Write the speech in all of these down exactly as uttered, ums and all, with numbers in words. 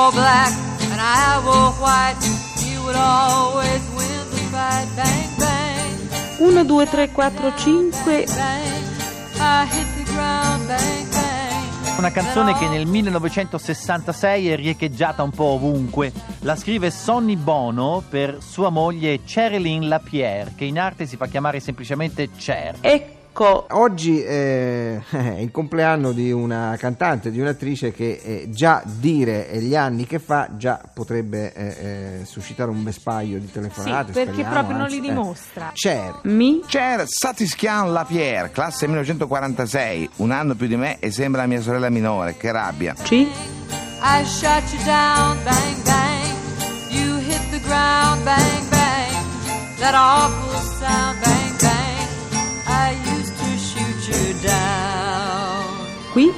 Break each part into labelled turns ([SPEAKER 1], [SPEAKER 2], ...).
[SPEAKER 1] wore black and I wore white, you would always win the fight. Bang, bang.
[SPEAKER 2] uno, due, tre, quattro, cinque.
[SPEAKER 1] Bang, bang. I hit the ground, bang, bang.
[SPEAKER 3] Una canzone che nel millenovecentosessantasei è riecheggiata un po' ovunque. La scrive Sonny Bono per sua moglie Cherilyn Lapierre, che in arte si fa chiamare semplicemente Cher.
[SPEAKER 2] Ecco.
[SPEAKER 4] Oggi eh, è il compleanno di una cantante, di un'attrice che eh, già dire gli anni che fa già potrebbe eh, eh, suscitare un vespaio di telefonate.
[SPEAKER 2] Sì, perché
[SPEAKER 4] speriamo,
[SPEAKER 2] proprio non
[SPEAKER 4] anzi,
[SPEAKER 2] li dimostra.
[SPEAKER 4] Eh. Cher.
[SPEAKER 2] Mi?
[SPEAKER 5] Cher Satiscan Lapierre, classe millenovecentoquarantasei, un anno più di me e sembra mia sorella minore, che rabbia.
[SPEAKER 2] C?
[SPEAKER 1] I shot you down, bang, bang. You hit the ground, bang, bang. That awful sound, bang, bang. I used to shoot you down.
[SPEAKER 2] Qui?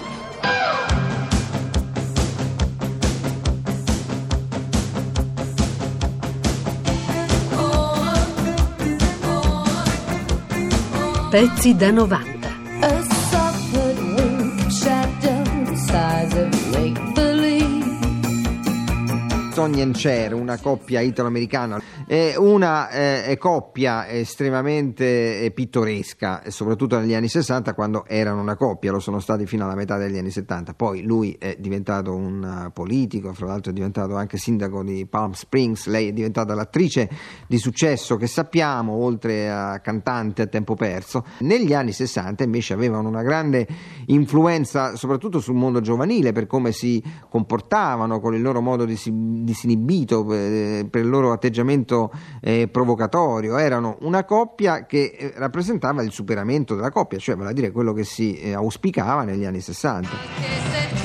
[SPEAKER 6] Pezzi da novanta.
[SPEAKER 7] A soft wing shadow the size of make believe.
[SPEAKER 4] Sonny and Cher, una coppia italo-americana, è una eh, coppia estremamente eh, pittoresca, soprattutto negli anni sessanta, quando erano una coppia, lo sono stati fino alla metà degli anni settanta. Poi lui è diventato un uh, politico, fra l'altro è diventato anche sindaco di Palm Springs, lei è diventata l'attrice di successo che sappiamo, oltre a cantante a tempo perso. Negli anni sessanta invece avevano una grande influenza soprattutto sul mondo giovanile, per come si comportavano, con il loro modo di si disinibito, per, per il loro atteggiamento eh, provocatorio. Erano una coppia che eh, rappresentava il superamento della coppia, cioè vale a dire quello che si eh, auspicava negli anni sessanta.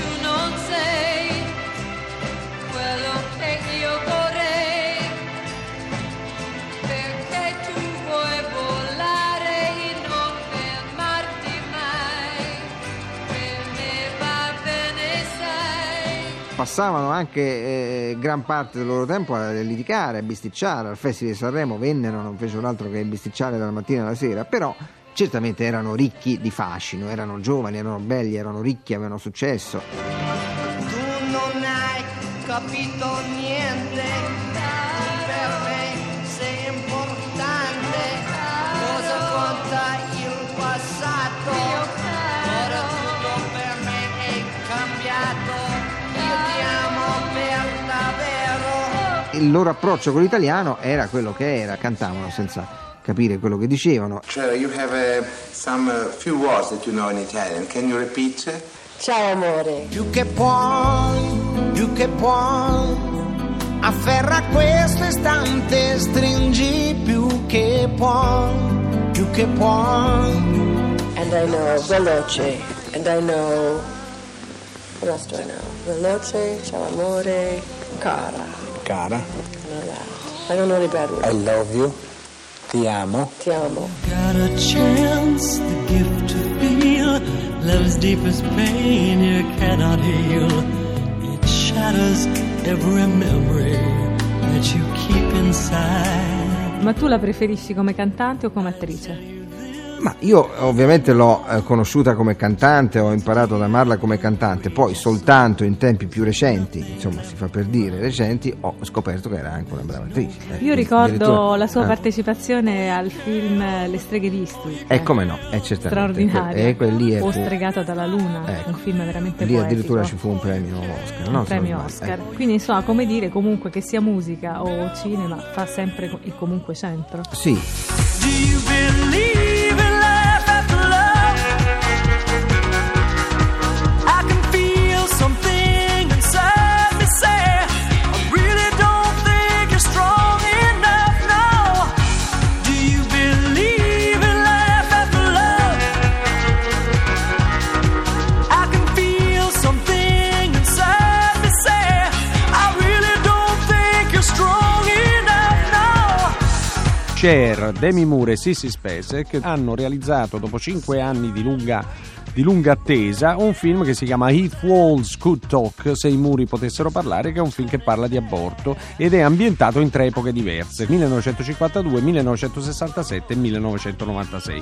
[SPEAKER 4] Passavano anche eh, gran parte del loro tempo a litigare, a bisticciare. Al Festival di Sanremo vennero, non fecero altro che bisticciare dalla mattina alla sera, però certamente erano ricchi di fascino, erano giovani, erano belli, erano ricchi, avevano successo.
[SPEAKER 8] Tu non hai capito niente, per me sei importante, cosa conta il passato, ora tutto per me è cambiato.
[SPEAKER 4] Il loro approccio con l'italiano era quello che era, cantavano senza capire quello che dicevano.
[SPEAKER 5] Cher, you have uh, some uh, few words that you know in Italian. Can you repeat?
[SPEAKER 7] Ciao amore.
[SPEAKER 8] Più che puoi, più che puoi, afferra questo istante, stringi più che puoi, più che puoi.
[SPEAKER 7] And I know veloce, and I know, what else do I know? Veloce, ciao amore, cara.
[SPEAKER 5] Cara.
[SPEAKER 7] I don't know any bad words.
[SPEAKER 5] I love you. Ti amo.
[SPEAKER 7] Ti amo.
[SPEAKER 9] Got a chance, the gift to feel love's deepest pain you cannot heal. It shatters every memory that you keep inside.
[SPEAKER 2] Ma tu la preferisci come cantante o come attrice?
[SPEAKER 4] Ma io ovviamente l'ho eh, conosciuta come cantante, ho imparato ad amarla come cantante, poi soltanto in tempi più recenti, insomma si fa per dire recenti, ho scoperto che era anche una brava attrice. Eh,
[SPEAKER 2] io ricordo la sua
[SPEAKER 4] eh.
[SPEAKER 2] partecipazione al film Le streghe di Eastwick.
[SPEAKER 4] E eh, come no, è certamente
[SPEAKER 2] straordinaria.
[SPEAKER 4] E quel lì è
[SPEAKER 2] o
[SPEAKER 4] fu...
[SPEAKER 2] Stregata dalla luna,
[SPEAKER 4] ecco.
[SPEAKER 2] Un film veramente
[SPEAKER 4] lì
[SPEAKER 2] poetico.
[SPEAKER 4] Addirittura ci fu un premio Oscar,
[SPEAKER 2] un
[SPEAKER 4] no?
[SPEAKER 2] premio Oscar.
[SPEAKER 4] Eh.
[SPEAKER 2] Quindi insomma, come dire, comunque che sia musica o cinema, fa sempre e comunque centro.
[SPEAKER 4] Sì.
[SPEAKER 9] Do you believe in life after love? I can feel something inside me say I really don't think you're strong enough, no. Do you believe in life after love? I can feel something inside me say I really don't think you're strong enough, no.
[SPEAKER 10] Cher, Demi Moore e Sissy Spacek hanno realizzato dopo cinque anni di lunga, di lunga attesa un film che si chiama If Walls Could Talk, se i muri potessero parlare, che è un film che parla di aborto ed è ambientato in tre epoche diverse, millenovecentocinquantadue, millenovecentosessantasette e millenovecentonovantasei.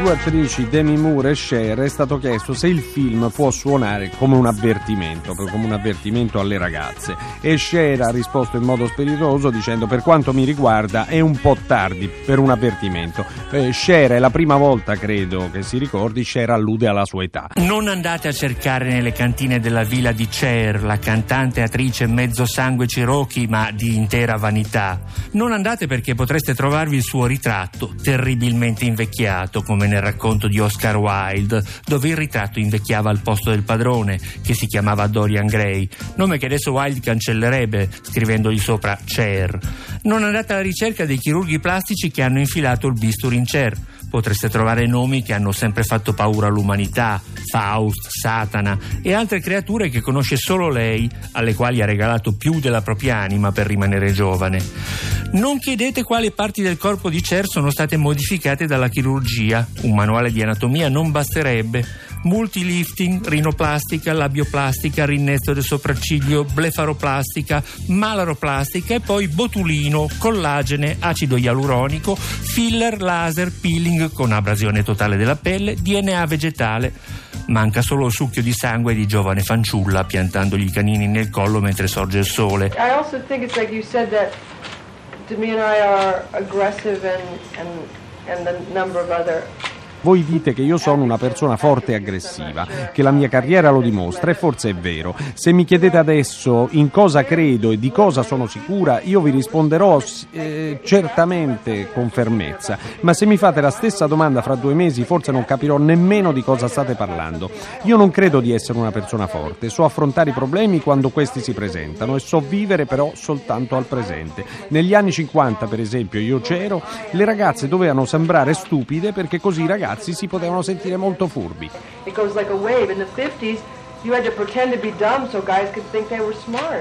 [SPEAKER 10] due attrici Demi Moore e Cher è stato chiesto se il film può suonare come un avvertimento, come un avvertimento alle ragazze, e Cher ha risposto in modo spiritoso dicendo: per quanto mi riguarda è un po' tardi per un avvertimento. eh, Cher è la prima volta, credo che si ricordi, Cher allude alla sua età.
[SPEAKER 11] Non andate a cercare nelle cantine della villa di Cher, la cantante attrice mezzo sangue Cherokee ma di intera vanità. Non andate perché potreste trovarvi il suo ritratto, terribilmente invecchiato, come nel racconto di Oscar Wilde, dove il ritratto invecchiava al posto del padrone, che si chiamava Dorian Gray, nome che adesso Wilde cancellerebbe scrivendogli sopra Cher. Non andate alla ricerca dei chirurghi plastici che hanno infilato il bisturi in Cher. Potreste trovare nomi che hanno sempre fatto paura all'umanità, Faust, Satana e altre creature che conosce solo lei, alle quali ha regalato più della propria anima per rimanere giovane. Non chiedete quali parti del corpo di Cher sono state modificate dalla chirurgia. Un manuale di anatomia non basterebbe. Multilifting, rinoplastica, labioplastica, rinnesto del sopracciglio, blefaroplastica, malaroplastica e poi botulino, collagene, acido ialuronico, filler, laser, peeling con abrasione totale della pelle, D N A vegetale. Manca solo il succhio di sangue di giovane fanciulla piantandogli i canini nel collo mentre sorge il sole.
[SPEAKER 7] I also think it's like you said that Demi and I are aggressive and and and a number of other.
[SPEAKER 10] Voi dite che io sono una persona forte e aggressiva, che la mia carriera lo dimostra, e forse è vero. Se mi chiedete adesso in cosa credo e di cosa sono sicura, io vi risponderò eh, certamente con fermezza, ma se mi fate la stessa domanda fra due mesi forse non capirò nemmeno di cosa state parlando. Io non credo di essere una persona forte, so affrontare i problemi quando questi si presentano e so vivere però soltanto al presente. Negli anni cinquanta, per esempio, io c'ero, le ragazze dovevano sembrare stupide perché così i ragazzi si potevano sentire molto furbi.
[SPEAKER 7] It goes like a wave. In the fifties, you had to pretend to be dumb so guys could think they were smart.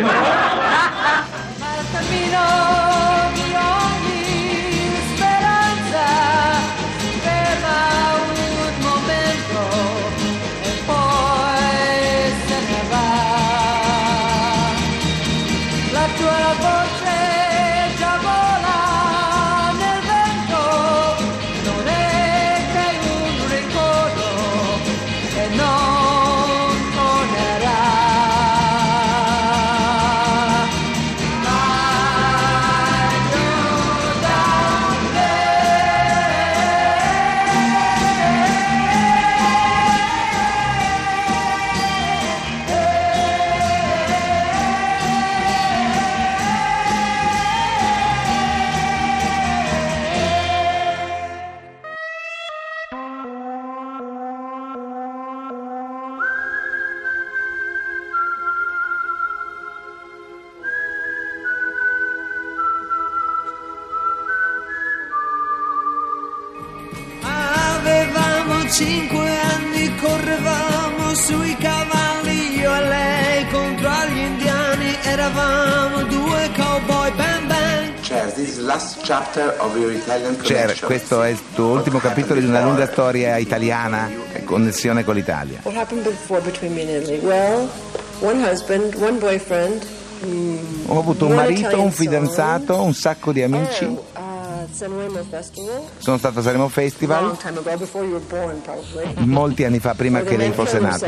[SPEAKER 8] Cinque anni correvamo sui cavalli, io e lei contro gli indiani, eravamo due cowboy, bang bang.
[SPEAKER 5] Cher, this is the last chapter of your Italian connection. Cher, questo è il tuo ultimo capitolo di una lunga storia italiana, connessione con l'Italia.
[SPEAKER 7] What happened before between me and Italy? Well, one husband, one boyfriend. Mm,
[SPEAKER 5] Ho avuto un marito, un fidanzato, un sacco di amici.
[SPEAKER 7] Oh, uh, Sanremo Festival.
[SPEAKER 5] Sono stato a Sanremo Festival.
[SPEAKER 7] Long time ago, before you were born, probably.
[SPEAKER 5] Molti anni fa, prima che lei fosse nato.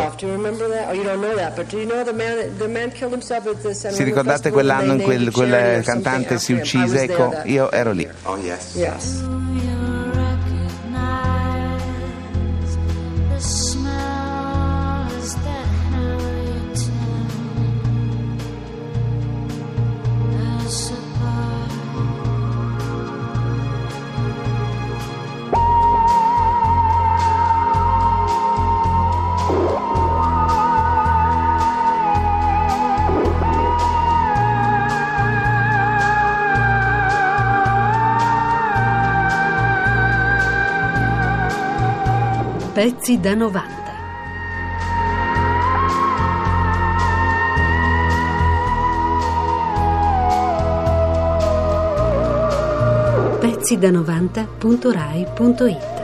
[SPEAKER 5] Si ricordate quell'anno in cui quel, quel cantante si uccise? Ecco, io ero lì.
[SPEAKER 7] Oh yes. Yes.
[SPEAKER 6] Pezzi da novanta. pezzi da novanta punto rai punto it